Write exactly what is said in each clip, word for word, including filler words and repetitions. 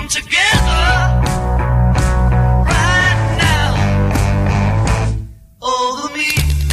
come together right now over me.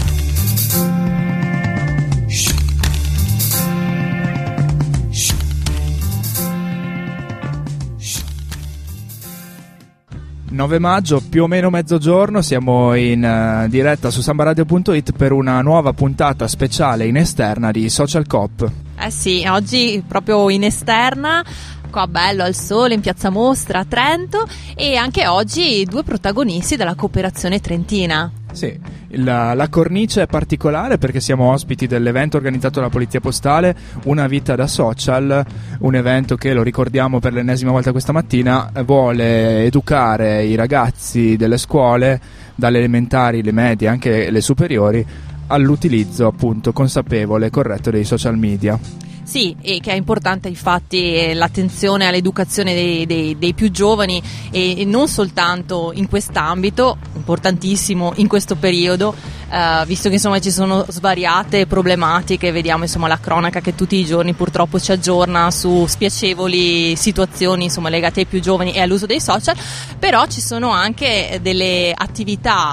nove maggio, più o meno mezzogiorno, siamo in uh, diretta su sambaradio punto it per una nuova puntata speciale in esterna di Social Coop. Eh sì, oggi proprio in esterna, qua bello al sole in Piazza Mostra a Trento, e anche oggi due protagonisti della cooperazione trentina. Sì, la, la cornice è particolare perché siamo ospiti dell'evento organizzato dalla Polizia Postale, Una vita da social, un evento che, lo ricordiamo per l'ennesima volta questa mattina, vuole educare i ragazzi delle scuole, dalle elementari, le medie, anche le superiori, all'utilizzo appunto consapevole e corretto dei social media. Sì, e che è importante infatti l'attenzione all'educazione dei, dei, dei più giovani, e, e non soltanto in quest'ambito, importantissimo in questo periodo, eh, visto che insomma ci sono svariate problematiche, vediamo insomma la cronaca che tutti i giorni purtroppo ci aggiorna su spiacevoli situazioni insomma legate ai più giovani e all'uso dei social, però ci sono anche delle attività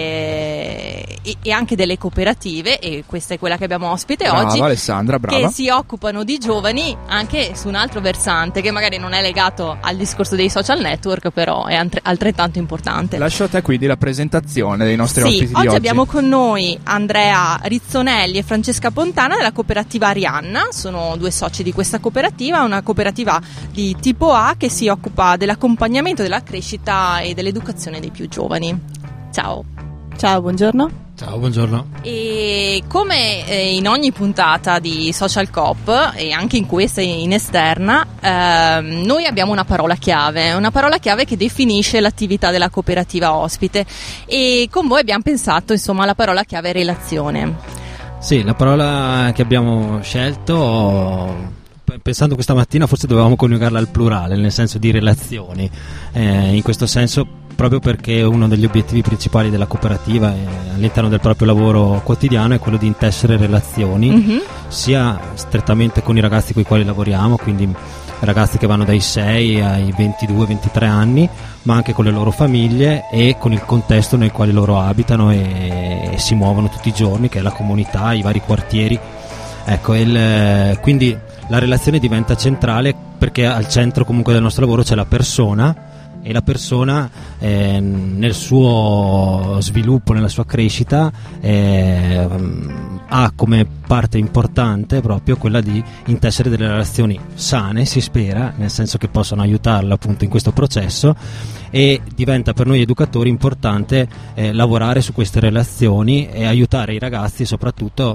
e, e, e anche delle cooperative, e questa è quella che abbiamo ospite brava, oggi, Alessandra, brava. Che si occupano di giovani anche su un altro versante che magari non è legato al discorso dei social network, però è altrettanto importante. Lascio a te quindi la presentazione dei nostri sì, ospiti di oggi. oggi. Abbiamo con noi Andrea Rizzonelli e Francesca Pontana della cooperativa Arianna. Sono due soci di questa cooperativa, una cooperativa di tipo A che si occupa dell'accompagnamento, della crescita e dell'educazione dei più giovani. Ciao. Ciao, buongiorno. Ciao, buongiorno. E come eh, in ogni puntata di Social Coop, e anche in questa in esterna, ehm, noi abbiamo una parola chiave, una parola chiave che definisce l'attività della cooperativa ospite, e con voi abbiamo pensato insomma alla parola chiave relazione. Sì, la parola che abbiamo scelto, pensando questa mattina, forse dovevamo coniugarla al plurale, nel senso di relazioni, eh, in questo senso proprio perché uno degli obiettivi principali della cooperativa è, all'interno del proprio lavoro quotidiano, è quello di intessere relazioni, mm-hmm. sia strettamente con i ragazzi con i quali lavoriamo, quindi ragazzi che vanno dai sei ai ventidue ventitré anni, ma anche con le loro famiglie e con il contesto nel quale loro abitano e, e si muovono tutti i giorni, che è la comunità, i vari quartieri. Ecco, il, quindi la relazione diventa centrale perché al centro comunque del nostro lavoro c'è la persona, e la persona eh, nel suo sviluppo, nella sua crescita, eh, ha come parte importante proprio quella di intessere delle relazioni sane, si spera, nel senso che possano aiutarla appunto in questo processo, e diventa per noi educatori importante eh, lavorare su queste relazioni e aiutare i ragazzi soprattutto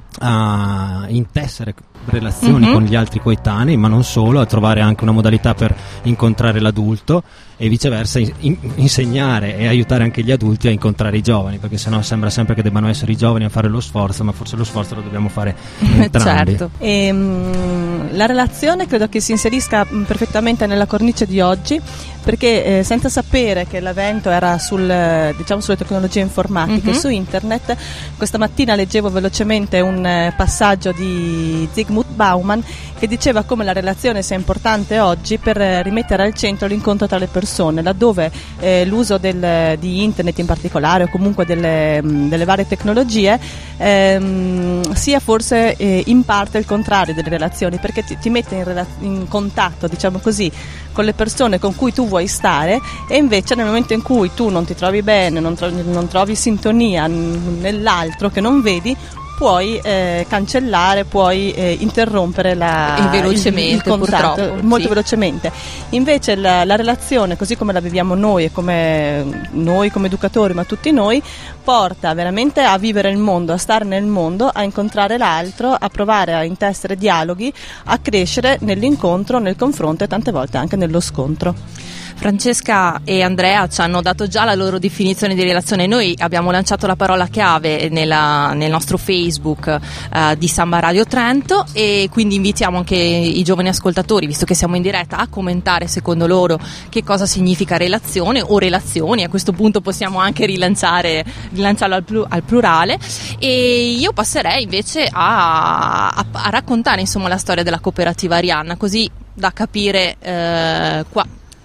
a intessere relazioni mm-hmm. con gli altri coetanei, ma non solo, a trovare anche una modalità per incontrare l'adulto e viceversa in, in, insegnare e aiutare anche gli adulti a incontrare i giovani, perché sennò sembra sempre che debbano essere i giovani a fare lo sforzo, ma forse lo sforzo lo dobbiamo fare entrambi. Certo. E, mh, la relazione credo che si inserisca mh, perfettamente nella cornice di oggi, perché eh, senza sapere che l'evento era sul, diciamo, sulle tecnologie informatiche, mm-hmm. su internet, questa mattina leggevo velocemente un eh, passaggio di Zygmunt Bauman che diceva come la relazione sia importante oggi per eh, rimettere al centro l'incontro tra le persone, laddove eh, l'uso del, di internet in particolare, o comunque delle, mh, delle varie tecnologie, ehm, sia forse eh, in parte il contrario delle relazioni, perché ti, ti mette in, rela- in contatto, diciamo così, con le persone con cui tu vuoi stare, e invece nel momento in cui tu non ti trovi bene, non trovi, non trovi sintonia nell'altro che non vedi, puoi eh, cancellare, puoi eh, interrompere la, velocemente, il, il contatto purtroppo, molto sì. velocemente. Invece la, la relazione, così come la viviamo noi e come noi come educatori, ma tutti noi, porta veramente a vivere il mondo, a stare nel mondo, a incontrare l'altro, a provare a intessere dialoghi, a crescere nell'incontro, nel confronto e tante volte anche nello scontro. Francesca e Andrea ci hanno dato già la loro definizione di relazione. Noi abbiamo lanciato la parola chiave nella, nel nostro Facebook eh, di Samba Radio Trento, e quindi invitiamo anche i giovani ascoltatori, visto che siamo in diretta, a commentare secondo loro che cosa significa relazione o relazioni. A questo punto possiamo anche rilanciare, rilanciarlo al, plu, al plurale, e io passerei invece a, a, a raccontare insomma la storia della cooperativa Arianna, così da capire eh, qua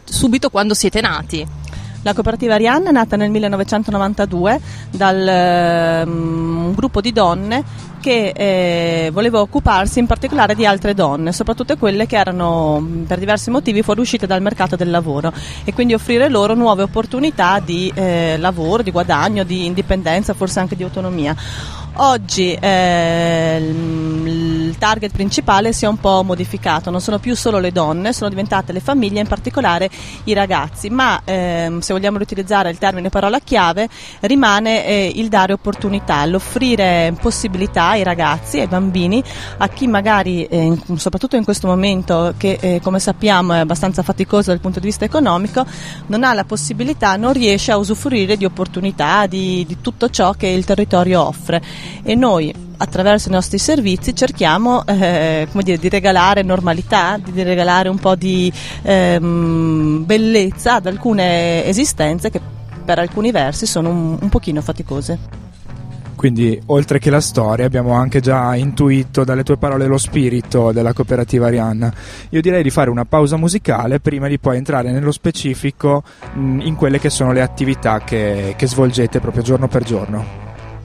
subito quando siete nati. La cooperativa Arianna è nata nel millenovecentonovantadue da um, un gruppo di donne che eh, voleva occuparsi in particolare di altre donne, soprattutto quelle che erano per diversi motivi fuoriuscite dal mercato del lavoro, e quindi offrire loro nuove opportunità di eh, lavoro, di guadagno, di indipendenza, forse anche di autonomia. Oggi eh, il target principale si è un po' modificato, non sono più solo le donne, sono diventate le famiglie, in particolare i ragazzi, ma ehm, se vogliamo riutilizzare il termine parola chiave rimane eh, il dare opportunità, l'offrire possibilità ai ragazzi, ai bambini, a chi magari eh, soprattutto in questo momento che eh, come sappiamo è abbastanza faticoso dal punto di vista economico, non ha la possibilità, non riesce a usufruire di opportunità, di, di tutto ciò che il territorio offre. E noi attraverso i nostri servizi cerchiamo eh, come dire, di regalare normalità, di regalare un po' di ehm, bellezza ad alcune esistenze che per alcuni versi sono un, un pochino faticose. Quindi oltre che la storia abbiamo anche già intuito dalle tue parole lo spirito della cooperativa Arianna. Io direi di fare una pausa musicale prima di poi entrare nello specifico mh, in quelle che sono le attività che, che svolgete proprio giorno per giorno.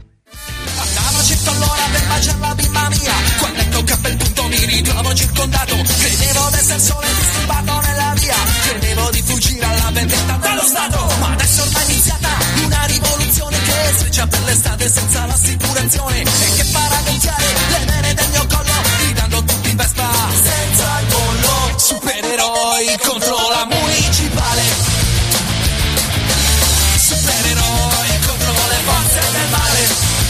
Allora per baciare la bimba mia, quando tocca per tutto mi ritrovo circondato, credevo d'essere solo disturbato nella via, credevo di fuggire alla vendetta dello Stato, ma adesso ormai è iniziata una rivoluzione che sfreccia per l'estate senza l'assicurazione e che farà gonfiare le vene del mio collo, gridando tutti in Vespa senza il bollo, supereroi contro la municipale, supereroi contro le forze del male.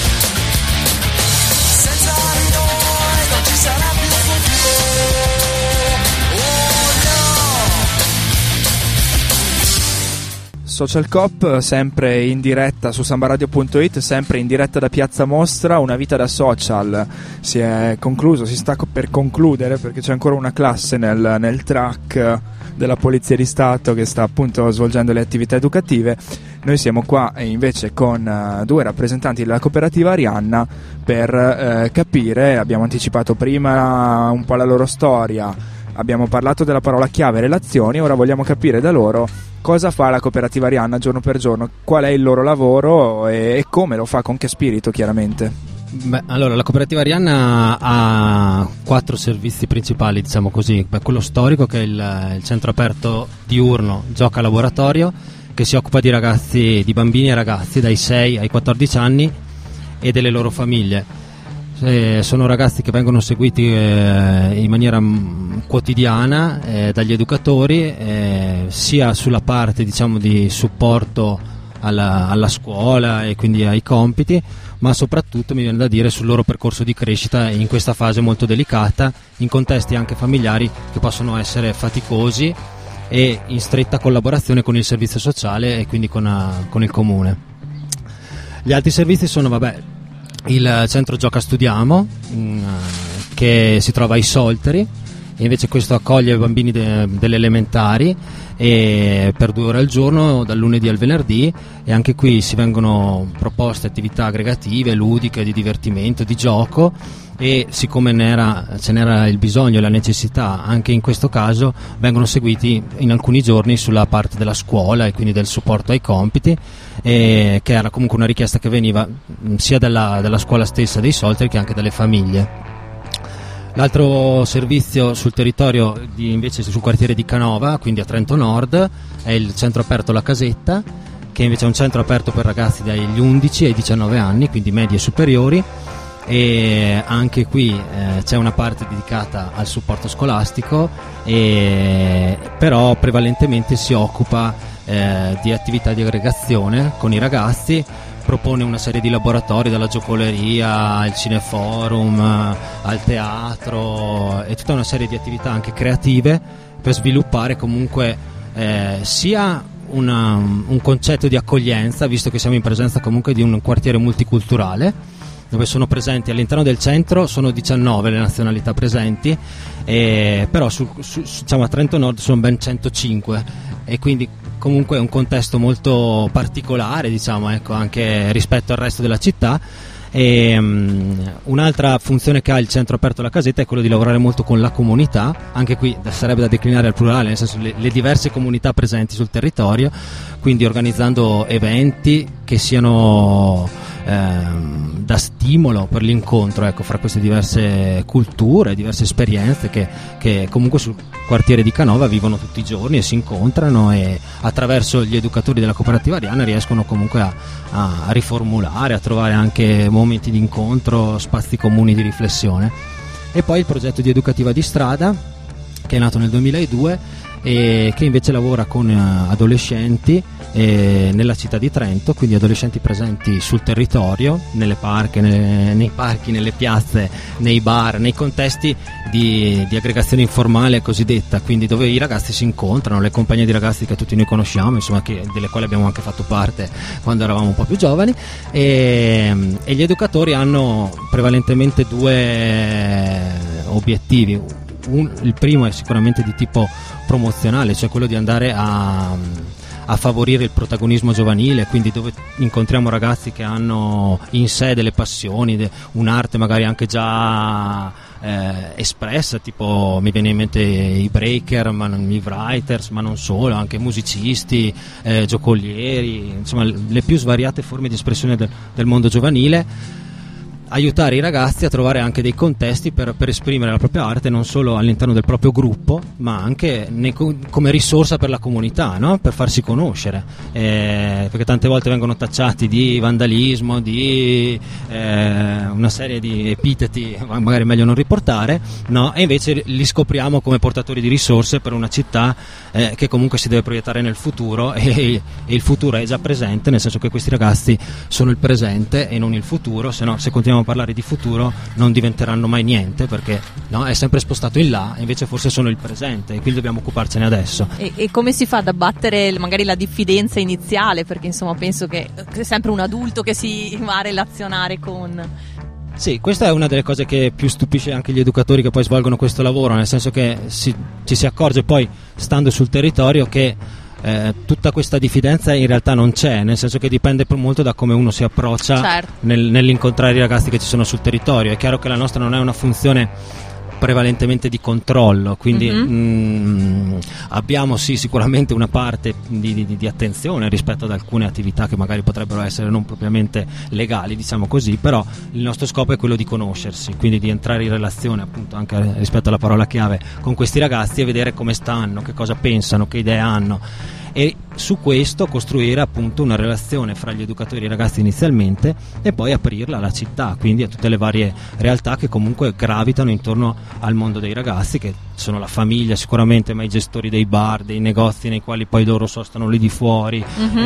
Social Coop, sempre in diretta su sambaradio punto it, sempre in diretta da Piazza Mostra. Una vita da social si è concluso, si sta per concludere perché c'è ancora una classe nel, nel track della Polizia di Stato che sta appunto svolgendo le attività educative. Noi siamo qua invece con uh, due rappresentanti della cooperativa Arianna per uh, capire, abbiamo anticipato prima un po' la loro storia, abbiamo parlato della parola chiave relazioni, ora vogliamo capire da loro cosa fa la cooperativa Arianna giorno per giorno, qual è il loro lavoro e, e come lo fa, con che spirito chiaramente. Beh, allora la cooperativa Arianna ha quattro servizi principali, diciamo così. Beh, quello storico, che è il, il centro aperto diurno Gioca Laboratorio, che si occupa di ragazzi, di bambini e ragazzi dai sei ai quattordici anni e delle loro famiglie. Eh, sono ragazzi che vengono seguiti eh, in maniera m, quotidiana eh, dagli educatori, eh, sia sulla parte, diciamo, di supporto alla, alla scuola e quindi ai compiti, ma soprattutto, mi viene da dire, sul loro percorso di crescita in questa fase molto delicata, in contesti anche familiari che possono essere faticosi e in stretta collaborazione con il servizio sociale e quindi con, uh, con il comune. Gli altri servizi sono, vabbè, il centro Gioca Studiamo, mh, che si trova ai Solteri, e invece questo accoglie i bambini de- delle elementari e per due ore al giorno dal lunedì al venerdì, e anche qui si vengono proposte attività aggregative, ludiche, di divertimento, di gioco, e siccome n'era, ce n'era il bisogno e la necessità anche in questo caso, vengono seguiti in alcuni giorni sulla parte della scuola e quindi del supporto ai compiti, e che era comunque una richiesta che veniva sia dalla, dalla scuola stessa dei Solteri che anche dalle famiglie. L'altro servizio sul territorio di, invece sul quartiere di Canova, quindi a Trento Nord, è il centro aperto La Casetta, che invece è un centro aperto per ragazzi dagli undici ai diciannove anni, quindi medi e superiori, e anche qui eh, c'è una parte dedicata al supporto scolastico, e, però prevalentemente si occupa eh, di attività di aggregazione con i ragazzi. Propone una serie di laboratori, dalla giocoleria al cineforum al teatro, e tutta una serie di attività anche creative per sviluppare comunque eh, sia una, un concetto di accoglienza, visto che siamo in presenza comunque di un quartiere multiculturale dove sono presenti all'interno del centro, sono diciannove le nazionalità presenti, e però su, su, diciamo a Trento Nord sono ben centocinque, e quindi comunque è un contesto molto particolare, diciamo, ecco, anche rispetto al resto della città, E, um, un'altra funzione che ha il centro aperto alla casetta è quello di lavorare molto con la comunità, anche qui sarebbe da declinare al plurale, nel senso le, le diverse comunità presenti sul territorio, quindi organizzando eventi che siano ehm, da stimolo per l'incontro, ecco, fra queste diverse culture, diverse esperienze che, che comunque sul quartiere di Canova vivono tutti i giorni e si incontrano, e attraverso gli educatori della cooperativa ariana riescono comunque a, a, a riformulare, a trovare anche momenti di incontro, spazi comuni di riflessione. E poi il progetto di Educativa di Strada, che è nato nel duemiladue e che invece lavora con uh, adolescenti eh, nella città di Trento, quindi adolescenti presenti sul territorio, nelle parche, nelle, nei parchi, nelle piazze, nei bar, nei contesti di, di aggregazione informale cosiddetta, quindi dove i ragazzi si incontrano, le compagnie di ragazzi che tutti noi conosciamo, insomma, che, delle quali abbiamo anche fatto parte quando eravamo un po' più giovani, e, e gli educatori hanno prevalentemente due obiettivi. Un, il primo è sicuramente di tipo promozionale, cioè quello di andare a, a favorire il protagonismo giovanile, quindi dove incontriamo ragazzi che hanno in sé delle passioni, de, un'arte magari anche già eh, espressa, tipo mi viene in mente i breaker, ma non, i writers, ma non solo, anche musicisti, eh, giocolieri, insomma le più svariate forme di espressione del, del mondo giovanile. Aiutare i ragazzi a trovare anche dei contesti per, per esprimere la propria arte, non solo all'interno del proprio gruppo, ma anche ne, come risorsa per la comunità, no? Per farsi conoscere, eh, perché tante volte vengono tacciati di vandalismo, di eh, una serie di epiteti magari meglio non riportare, no? E invece li scopriamo come portatori di risorse per una città eh, che comunque si deve proiettare nel futuro, e, e il futuro è già presente, nel senso che questi ragazzi sono il presente e non il futuro, se no se continuiamo a parlare di futuro non diventeranno mai niente, perché no, è sempre spostato in là, invece forse sono il presente e quindi dobbiamo occuparcene adesso. E, e come si fa ad abbattere magari la diffidenza iniziale, perché insomma penso che è sempre un adulto che si va a relazionare con... Sì, questa è una delle cose che più stupisce anche gli educatori che poi svolgono questo lavoro, nel senso che si, ci si accorge poi stando sul territorio che Eh, tutta questa diffidenza in realtà non c'è, nel senso che dipende molto da come uno si approccia, certo, nel, nell'incontrare i ragazzi che ci sono sul territorio. È chiaro che la nostra non è una funzione prevalentemente di controllo, quindi mm-hmm. mh, abbiamo sì sicuramente una parte di, di, di attenzione rispetto ad alcune attività che magari potrebbero essere non propriamente legali, diciamo così, però il nostro scopo è quello di conoscersi, quindi di entrare in relazione appunto anche rispetto alla parola chiave con questi ragazzi e vedere come stanno, che cosa pensano, che idee hanno, e su questo costruire appunto una relazione fra gli educatori e i ragazzi inizialmente e poi aprirla alla città, quindi a tutte le varie realtà che comunque gravitano intorno al mondo dei ragazzi, che sono la famiglia sicuramente, ma i gestori dei bar, dei negozi nei quali poi loro sostano lì di fuori, mm-hmm.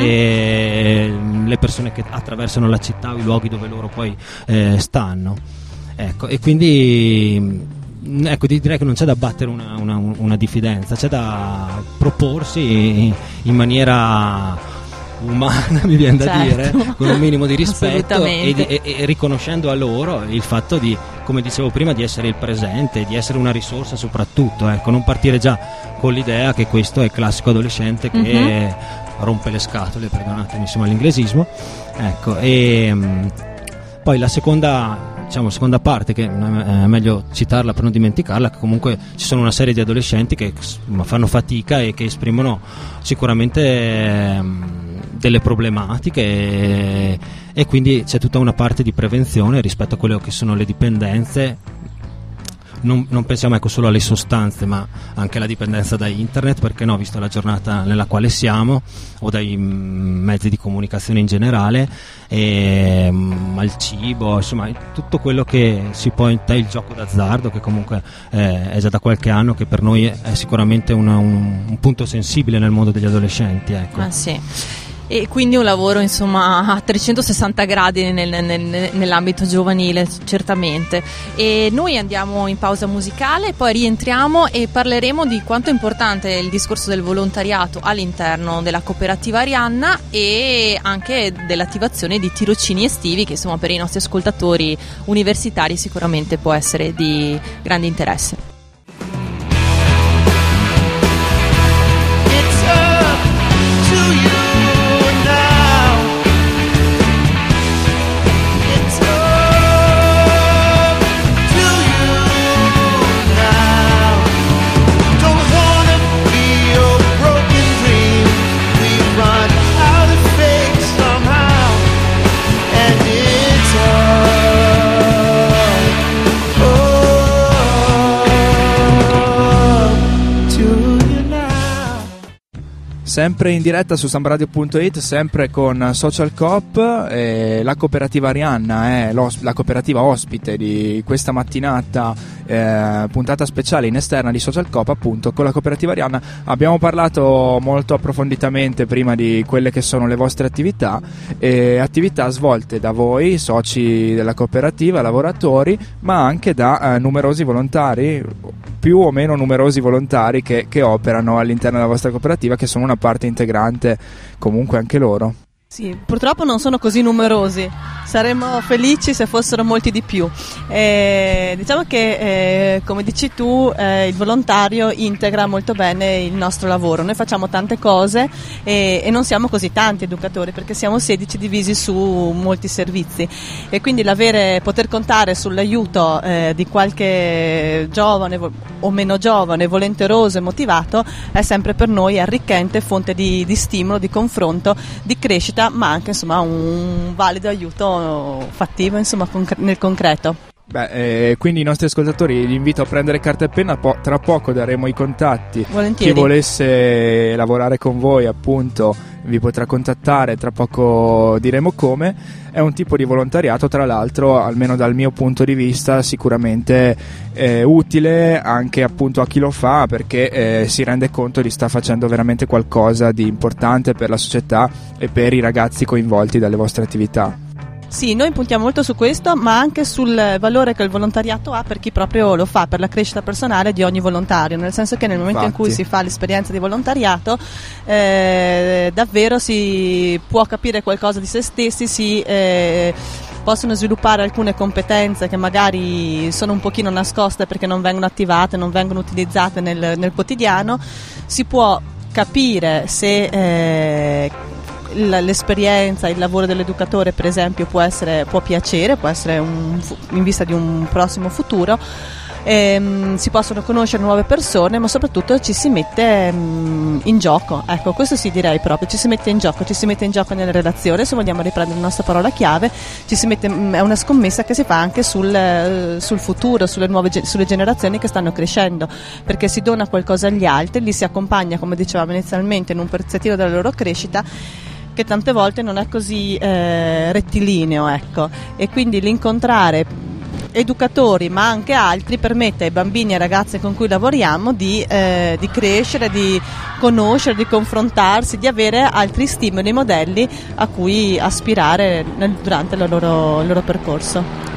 e le persone che attraversano la città o i luoghi dove loro poi eh, stanno, ecco. E quindi ecco, direi che non c'è da battere una, una, una diffidenza, c'è da proporsi in maniera umana, mi viene da certo. dire, con un minimo di rispetto e, e, e riconoscendo a loro il fatto di, come dicevo prima, di essere il presente, di essere una risorsa soprattutto, ecco, non partire già con l'idea che questo è il classico adolescente che mm-hmm. rompe le scatole, perdonatemi insomma l'inglesismo, ecco. E mh, poi la seconda diciamo seconda parte, che è meglio citarla per non dimenticarla, che comunque ci sono una serie di adolescenti che fanno fatica e che esprimono sicuramente delle problematiche, e, e quindi c'è tutta una parte di prevenzione rispetto a quelle che sono le dipendenze. Non, non pensiamo ecco solo alle sostanze, ma anche alla dipendenza da internet, perché no, visto la giornata nella quale siamo, o dai mezzi di comunicazione in generale, e, um, al cibo, insomma tutto quello che si può, il gioco d'azzardo, che comunque eh, è già da qualche anno che per noi è, è sicuramente una, un, un punto sensibile nel mondo degli adolescenti, ecco. Ah, sì. E quindi un lavoro insomma a trecentosessanta gradi nel, nel, nell'ambito giovanile, certamente. E noi andiamo in pausa musicale, poi rientriamo e parleremo di quanto è importante il discorso del volontariato all'interno della cooperativa Arianna e anche dell'attivazione di tirocini estivi, che insomma per i nostri ascoltatori universitari sicuramente può essere di grande interesse. It's Sempre in diretta su sambradio punto it, sempre con Social Coop. Eh, la cooperativa Arianna è la cooperativa ospite di questa mattinata, eh, puntata speciale in esterna di Social Coop. Appunto, con la cooperativa Arianna abbiamo parlato molto approfonditamente prima di quelle che sono le vostre attività, eh, attività svolte da voi, soci della cooperativa, lavoratori, ma anche da eh, numerosi volontari, più o meno numerosi volontari che, che operano all'interno della vostra cooperativa, che sono una parte integrante comunque anche loro. Sì, purtroppo non sono così numerosi, saremmo felici se fossero molti di più. Eh, diciamo che, eh, come dici tu, eh, il volontario integra molto bene il nostro lavoro. Noi facciamo tante cose e, e non siamo così tanti educatori, perché siamo sedici divisi su molti servizi, e quindi l'avere, poter contare sull'aiuto eh, di qualche giovane o meno giovane, volenteroso e motivato, è sempre per noi arricchente, fonte di, di stimolo, di confronto, di crescita, ma anche insomma un valido aiuto fattivo, insomma, concre- nel concreto. Beh, eh, quindi i nostri ascoltatori li invito a prendere carta e penna, po- tra poco daremo i contatti. Volentieri. Chi volesse lavorare con voi, appunto, vi potrà contattare, tra poco diremo come. È un tipo di volontariato, tra l'altro, almeno dal mio punto di vista, sicuramente eh, utile anche appunto a chi lo fa, perché eh, si rende conto di sta facendo veramente qualcosa di importante per la società e per i ragazzi coinvolti dalle vostre attività. Sì, noi puntiamo molto su questo, ma anche sul valore che il volontariato ha per chi proprio lo fa, per la crescita personale di ogni volontario, nel senso che nel momento Infatti. in cui si fa l'esperienza di volontariato eh, davvero si può capire qualcosa di se stessi, si eh, possono sviluppare alcune competenze che magari sono un pochino nascoste perché non vengono attivate, non vengono utilizzate nel, nel quotidiano. Si può capire se eh, l'esperienza, il lavoro dell'educatore, per esempio, può essere, può piacere, può essere un, in vista di un prossimo futuro. Ehm, si possono conoscere nuove persone, ma soprattutto ci si mette um, in gioco. Ecco, questo sì, direi proprio, ci si mette in gioco, ci si mette in gioco nelle relazioni. Se vogliamo riprendere la nostra parola chiave, ci si mette, è una scommessa che si fa anche sul, sul futuro, sulle nuove sulle generazioni che stanno crescendo, perché si dona qualcosa agli altri, li si accompagna, come dicevamo inizialmente, in un pezzettino della loro crescita, che tante volte non è così eh, rettilineo, ecco, e quindi l'incontrare educatori ma anche altri permette ai bambini e ai ragazzi con cui lavoriamo di, eh, di crescere, di conoscere, di confrontarsi, di avere altri stimoli, modelli a cui aspirare nel, durante il loro, il loro percorso.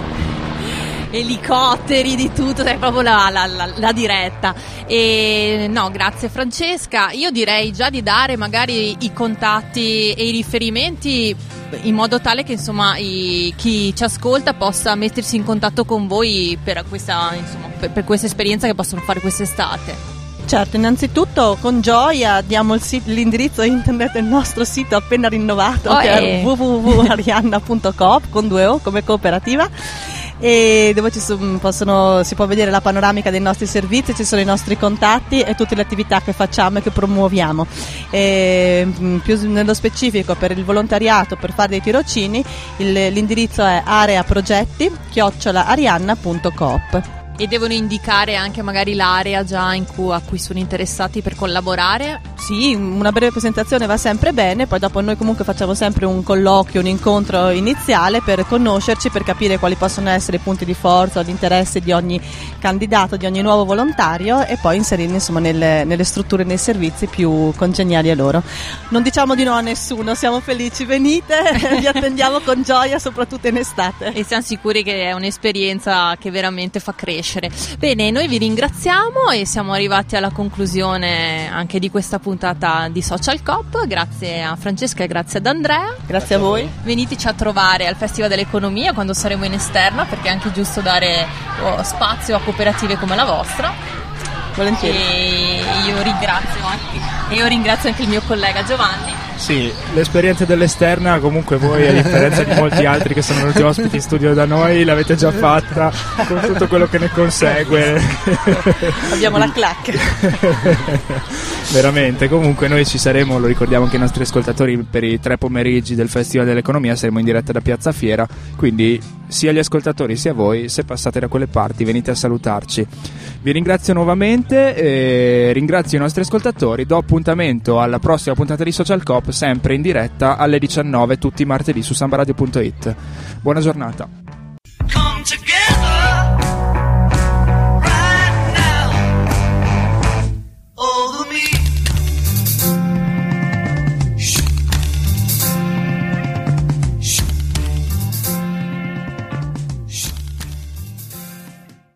Elicotteri, di tutto, è proprio la, la, la, la diretta. E no, grazie Francesca. Io direi già di dare magari i contatti e i riferimenti, in modo tale che insomma i, chi ci ascolta possa mettersi in contatto con voi per questa, insomma, per, per questa esperienza che possono fare quest'estate. Certo, innanzitutto con gioia diamo il sit- l'indirizzo internet del nostro sito appena rinnovato, oh, che eh. è w w w punto arianna punto coop con due O come cooperativa, e dove ci sono, possono, si può vedere la panoramica dei nostri servizi, ci sono i nostri contatti e tutte le attività che facciamo e che promuoviamo. E, più nello specifico, per il volontariato, per fare dei tirocini, il, l'indirizzo è areaprogetti chiocciola arianna punto coop. E devono indicare anche magari l'area già in cui, a cui sono interessati per collaborare? Sì, una breve presentazione va sempre bene, poi dopo noi comunque facciamo sempre un colloquio, un incontro iniziale per conoscerci, per capire quali possono essere i punti di forza o di interesse di ogni candidato, di ogni nuovo volontario, e poi inserirli insomma nelle, nelle strutture e nei servizi più congeniali a loro. Non diciamo di no a nessuno, siamo felici, venite, vi attendiamo con gioia, soprattutto in estate. E siamo sicuri che è un'esperienza che veramente fa crescere. Bene, noi vi ringraziamo e siamo arrivati alla conclusione anche di questa puntata di Social Coop. Grazie a Francesca e grazie ad Andrea. Grazie a voi. Veniteci a trovare al Festival dell'Economia quando saremo in esterna, perché è anche giusto dare oh, spazio a cooperative come la vostra. Volentieri. E io ringrazio anche, io ringrazio anche il mio collega Giovanni. Sì, l'esperienza dell'esterna comunque voi, a differenza di molti altri che sono venuti ospiti in studio da noi, l'avete già fatta con tutto quello che ne consegue. Abbiamo la clac. Veramente, comunque noi ci saremo, lo ricordiamo anche ai nostri ascoltatori, per i tre pomeriggi del Festival dell'Economia saremo in diretta da Piazza Fiera, quindi sia gli ascoltatori sia voi, se passate da quelle parti, venite a salutarci. Vi ringrazio nuovamente, e ringrazio i nostri ascoltatori. Do appuntamento alla prossima puntata di Social Coop, sempre in diretta alle diciannove tutti i martedì su samba radio punto it. Buona giornata.